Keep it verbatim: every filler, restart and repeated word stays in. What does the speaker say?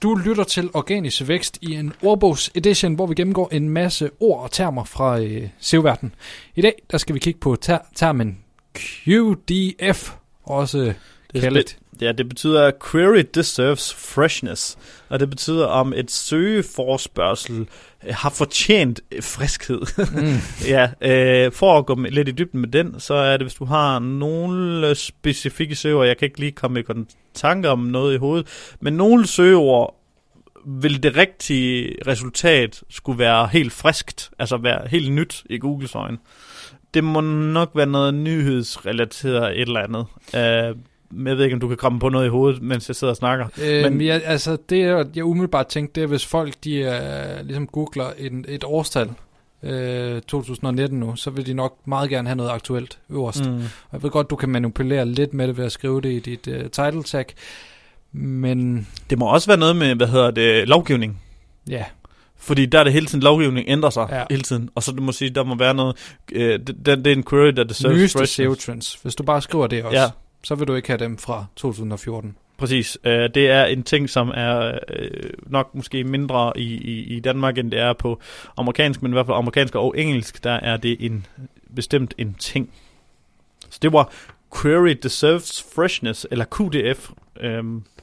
Du lytter til Organisk Vækst i en ordbogs-edition, hvor vi gennemgår en masse ord og termer fra øh, S E O-verdenen. I dag der skal vi kigge på ter- termen Q D F, også kaldet. Ja, det betyder Query Deserves Freshness, og det betyder, om et søgeforspørgsel har fortjent friskhed. Mm. ja, øh, for at gå lidt i dybden med den, så er det, hvis du har nogle specifikke søgeord, jeg kan ikke lige komme i tanke om noget i hovedet, men nogle søgeord vil det rigtige resultat skulle være helt friskt, altså være helt nyt i Googles øjne. Det må nok være noget nyhedsrelateret et eller andet. Øh, Jeg ved ikke, om du kan komme på noget i hovedet, mens jeg sidder og snakker. Øh, men jeg, altså, det jeg, jeg umiddelbart tænkte, det er, hvis folk de uh, ligesom googler en, et årstal, øh, to tusind nitten nu, så vil de nok meget gerne have noget aktuelt øverst. Mm. Og jeg ved godt, du kan manipulere lidt med det ved at skrive det i dit uh, title tag, men... Det må også være noget med, hvad hedder det, lovgivning. Ja. Fordi der er det hele tiden, lovgivning ændrer sig ja. hele tiden. Og så du må sige, der må være noget... Øh, det, det er en query, der deserves nyeste S E O-trends. Hvis du bare skriver det også. Ja. Så vil du ikke have dem fra to tusind fjorten. Præcis. Uh, det er en ting, som er uh, nok måske mindre i, i, i Danmark, end det er på amerikansk, men i hvert fald amerikansk og engelsk, der er det en bestemt en ting. Så det var Query Deserves Freshness, eller Q D F. Um,